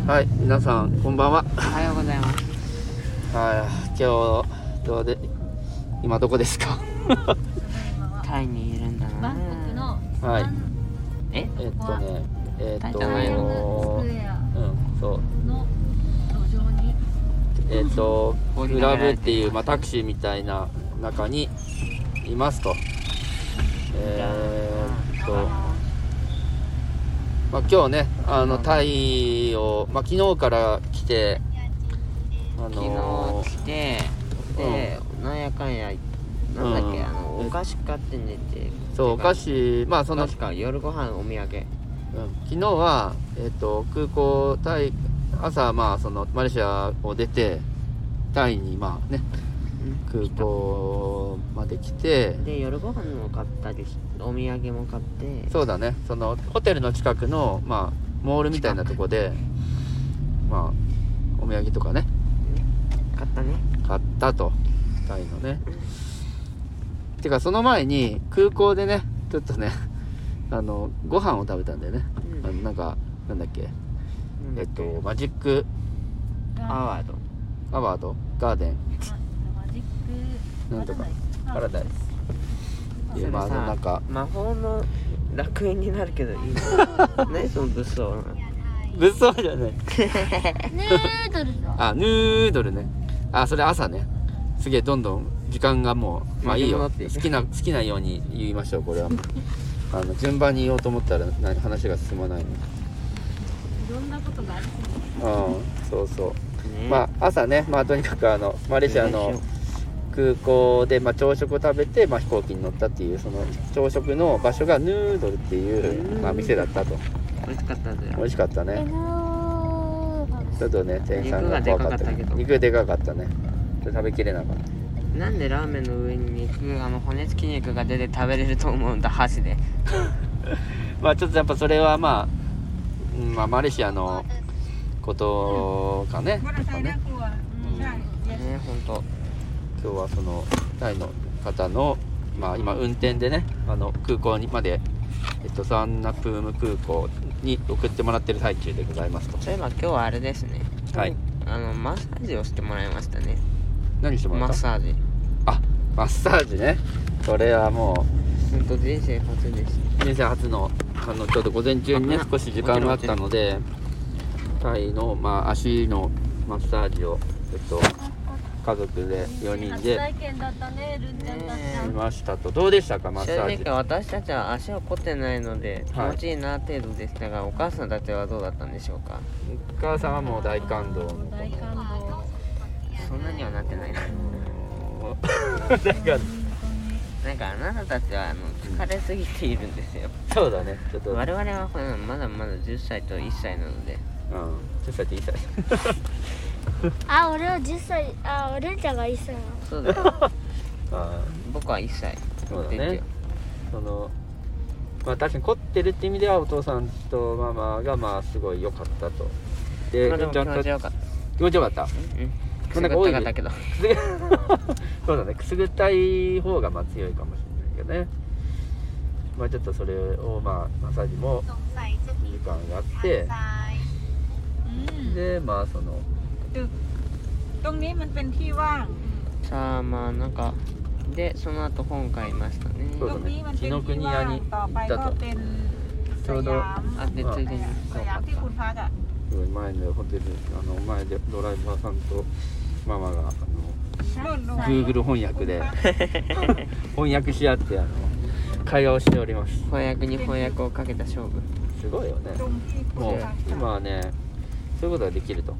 はい、皆さんこんばんは。 おはようございます。 はい、今日今どこですか？ タイにいるんだな。 バンコクのはい。 タイじゃないの？ スクエアそう。 の路上にクラブっていうタクシーみたいな中にいますと。今日ねタイを昨日から来て昨日来てで、なんやかんやなんだっけ、お菓子買って寝て。 そうお菓子確か夜ご飯お土産。 昨日は空港朝そのマレーシアを出てタイに空港まで来て、 で夜ご飯も買ったりお土産も買って。 そうだね、そのホテルの近くのモールみたいなとこでお土産とかね買ったと、タイのね。てかその前に空港でねちょっとねご飯を食べたんだよね。なんだっけマジックアワードガーデンマジックなんとかパラダイスっていうなんか魔法の楽園になるけどいいね。何その物騒な。 物騒じゃないヌードルだ。 ヌードルね。それ朝ね。すげえどんどん時間がもういいよ。好きなように言いましょう。これは順番に言おうと思ったら話が進まないの。 いろんなことがありすぎて。 そうそう。 ね、 朝ねとにかくマレーシアの空港で朝食を食べて飛行機に乗ったっていう、その朝食の場所がヌードルっていう店だったと。 美味しかったぜ。 美味しかったね。ちょっとね店員さんが怖かったけど、肉でかかったね。食べきれなかった。 なんでラーメンの上に骨付き肉が出て食べれると思うんだ、箸で。 ちょっとやっぱそれはマレーシアのことかね。やっぱね。 本当。 今日はそのタイの方の今運転でね空港にまでサンナプーム空港に送ってもらってる最中でございますと。 そういえば今日はあれですね。 はい。 マッサージをしてもらいましたね。 何してもらった？ マッサージ。 マッサージね。それはもう本当人生初です。 人生初のちょうど午前中にね少し時間があったので、タイの足のマッサージを家族で4人で体験だったね、ルンちゃんたちゃん。 しましたと。どうでしたかマッサージ？ 正直私たちは足を凝ってないので気持ちいいな程度でしたが、お母さんたちはどうだったんでしょうか？ お母さんはもう大感動。 大感動。 そんなにはなってないな。なんかあなたたちは疲れすぎているんですよ。 そうだね。ちょっと我々はまだまだ10歳と1歳なので。 10歳と1歳。 俺は10歳。ルンちゃんが1歳なの。 そうだよ。僕は1歳。 そうだね。確かに凝ってるって意味ではお父さんとママがすごい良かったと。 でも気持ちよかった。 気持ちよかった。 くすぐったかったけど。 そうだね。くすぐったい方が強いかもしれないけどね。ちょっとそれをマッサージも時間があって、でそのตรงนี้มันเป็นที่ว่างさあなんかでその後本買いましたね。 そうだね。紀ノ国屋に行ったと。ちょうどでついでにสยามที่คุณพัก前のホテル前でドライバーさんとママがGoogle 翻訳で翻訳し合って会話をしております。 翻訳に翻訳をかけた勝負。 すごいよね。もう今はねそういうことができると。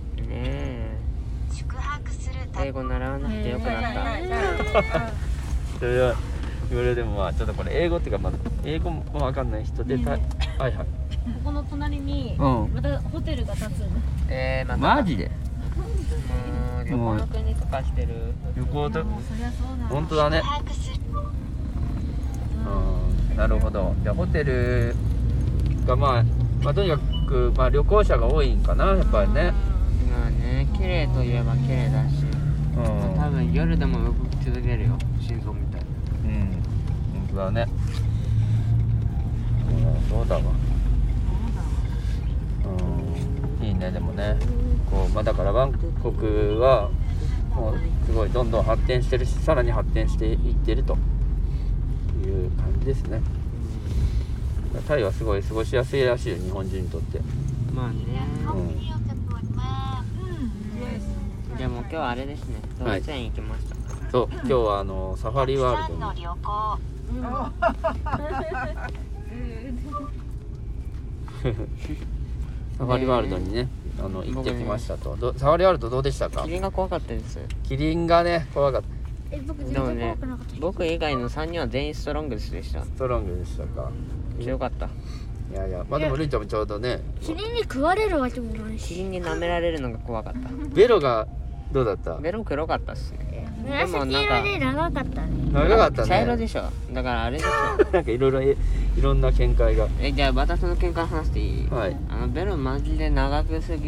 英語習わなくてよくなった。 それは言われてもちょっとこれ英語っていうか英語もわかんない人ではいはい。 ここの隣にまたホテルが建つの。 マジで？ 旅行の国とかしてる。 旅行とそりゃそうだ。 本当だね。なるほど。じゃあホテルがとにかく旅行者が多いんかなやっぱりね。 綺麗といえば綺麗だし、多分夜でも動き続けるよ、心臓みたい。 本当だね。そうだわ。いいね。でもねこう、だからバンコクはもうすごいどんどん発展してるし、さらに発展していってるという感じですね。タイはすごい過ごしやすいらしいよ、日本人にとって。 まあね、 でも今日はあれですね、動物園行きました。 そう、今日はサファリワールドにサファリワールドにね行ってきましたと。サファリワールドどうでしたか？ キリンが怖かったです。 キリンがね怖かった。 でもね、僕以外の3人は全員ストロングスでした。 ストロングでしたか？ 強かった。 いやいや、でもルンちゃんもちょうどね、 キリンに食われるわけもないし、 キリンに舐められるのが怖かった。 ベロがどうだった？ ベロ黒かったっすね。 紫色で長かったね。 長かったね。 茶色でしょ。だからあれでしょ。 なんかいろんな見解が。 じゃあ私の見解話していい？ はい。 ベロマジで長すごく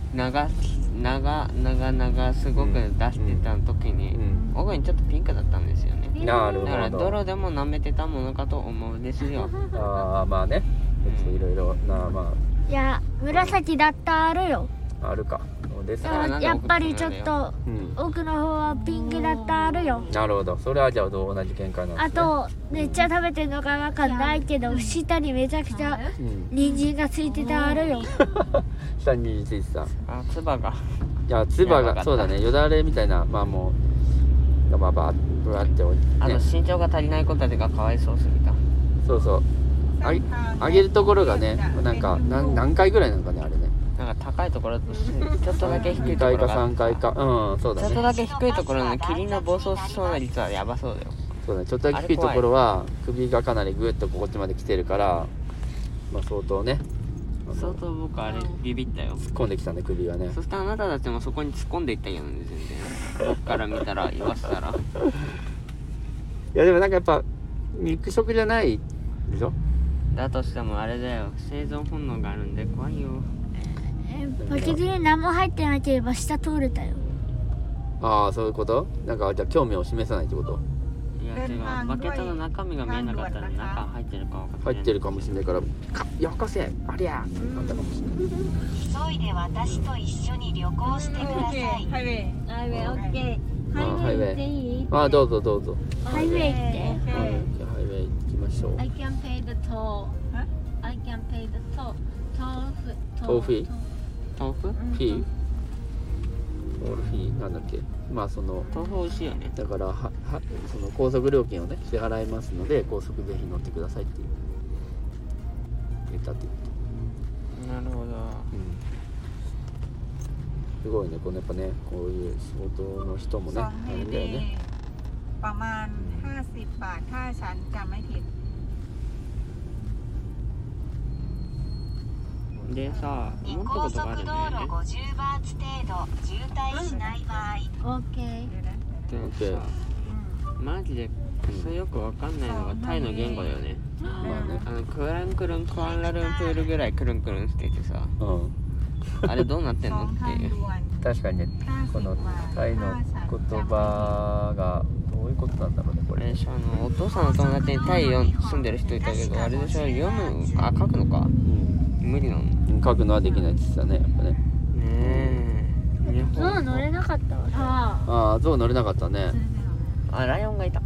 出してた時に、奥にちょっとピンクだったんですよね。 なるほど。 だから泥でも舐めてたものかと思うんですよ。 ああ、まあね、いろいろな、まあ。いや、紫だったあるよ。 あるか。ですね。やっぱりちょっと奥の方はピンクだったあるよ。 なるほど。それはじゃあ同じ見解なんですね。 あとめっちゃ食べてるのかわかんないけど、下にめちゃくちゃ人参がついてたあるよ。 下についてた。 あ、つばが。 いや、つばがそうだね。よだれみたいな、まあもうバーって置いて、 身長が足りない子たちがかわいそうすぎた。 そうそう。上げるところがね、なんか何回ぐらいなのかね、あれね。 なんか高いところとちょっとだけ低いところが 2階か3階か、そうだね。 ちょっとだけ低いところのキリンの暴走しそうな率はやばそうだよ。 そうだね。ちょっとだけ低いところは首がかなりグッとこっちまで来てるから、まあ相当ね。 相当僕あれビビったよ。 突っ込んできたね、首がね。 そしてあなたたちもそこに突っ込んでいったよね、全然。僕から見たら言わせたら。いやでもなんかやっぱ肉食じゃないでしょ。 だとしてもあれだよ、生存本能があるんで怖いよ。 バケツに何も入ってなければ下通れたよ。 ああ、そういうこと？なんかじゃあ興味を示さないってこと？ いや違う、バケツの中身が見えなかったら中入ってるか分かんない。 入ってるかもしれないから、よこせありゃーなんだかもしれない。 急いで私と一緒に旅行してください。 ハイウェイ。 ハイウェイオッケー。 ハイウェイ行っていい？ ああ、どうぞどうぞ。 ハイウェイ行って。 ハイウェイ行きましょう。 I can pay the toll. I can pay the toll. 豆腐豆腐？ フィー？オールフィーなんだっけ？まあその豆腐美味しいよね。 だからその高速料金をね支払いますので、高速ぜひ乗ってくださいっていう言ったっていうこと。なるほど。 すごいね、このやっぱねこういう仕事の人もねあるんだよね。 ประมาณ50 บาทถ้าฉันจำไม่ผิด。 でさ、思ったことがあるんだよね。 50バーツ程度渋滞しない場合。 オッケー。 でさ、マジでそれよくわかんないのがタイの言語だよね。 まあね。 クランクルンクアンラルンプールぐらいクルンクルンしててさ、あれどうなってんのっていう。 確かにね、このタイの言葉がどういうことなんだろうね、これ。 お父さんの友達にタイ住んでる人いたけど、あれでしょ、書くのか、無理なの。 書くのはできないって言ってたね、やっぱね。 ねえ。 象乗れなかったわ。 ああ、象乗れなかったね。 あ、ライオンがいた。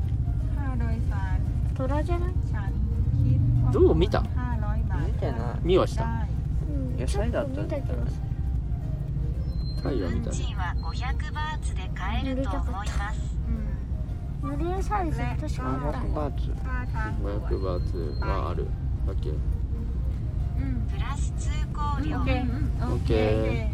虎じゃない？ 象見た？ 見てない。 見はした。 野菜だったんだ。 タイは見たね。 運賃は500バーツで買えると思います。 乗れるサービス確かあった。 500バーツ。 500バーツはある。だっけ？ プラス通行料。 オッケー。オッケー。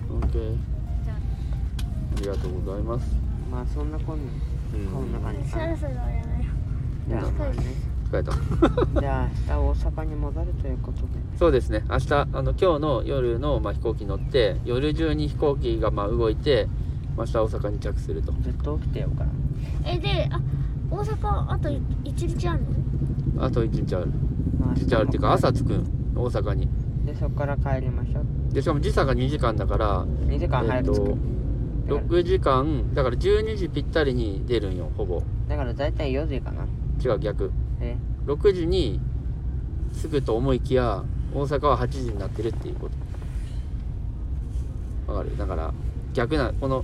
ありがとうございます。 まあそんなこんな感じかな。 そろそろやめよう。 じゃあまあね。 疲れた。 じゃあ明日大阪に戻るということで。 そうですね。明日今日の夜の飛行機乗って夜中に飛行機が動いて明日大阪に着すると。 ずっと起きてよから。 で、大阪あと1日あるの？ あと1日ある。1日あるっていうか朝着く大阪に。 でそこから帰りましょう。 でしかも時差が2時間だから 2時間早く着く。 6時間だから12時ぴったりに出るんよ、ほぼ。 だからだいたい4時かな。 違う、逆。6時に着くと思いきや大阪は8時になってるっていうこと。 わかる？だから逆なこ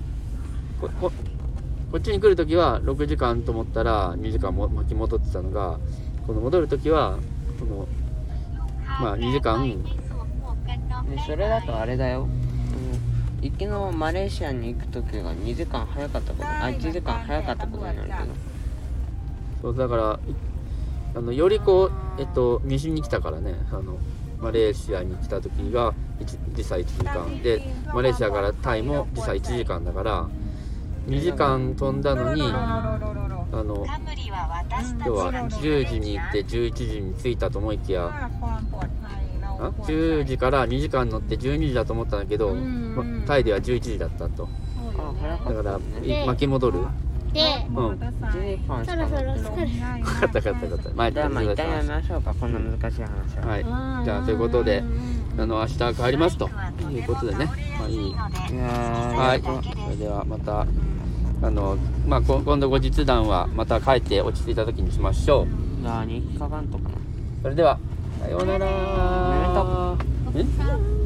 っちに来るときは6時間と思ったら2時間も巻き戻ってたのが、この戻るときはこのまあ2時間。 でそれだとあれだよ、行きのマレーシアに行くときが2時間早かったこと、1時間早かったことになるけど、 そうだからよりこう西に来たからね、マレーシアに来た時が時差1時間で、マレーシアからタイも時差1時間だから2時間飛んだのにタムリは私たち要はが 10時に行って11時に着いたと思いきや、 ความปลอดภัยเราควร 10時から2時間乗って12時だと思ったんだけど、タイでは11時だったと。 あ早かだからったね。 巻き戻る。 でมอเตอร์ไซ 1 ค์時間しか乗ってない。 そろそろ疲れง่าย分มากかった分かった分かった。前じゃあまあ一旦やめはましょうか、こんな難しい話は。 い。じゃあということで明日帰りますということでね。まあいい。 いやはい。それではまたまあ今度後日談はまた帰って落ち着いた時にしましょう。 じゃあ日課バントかな。 それではさようなら。 おめでとう。 え？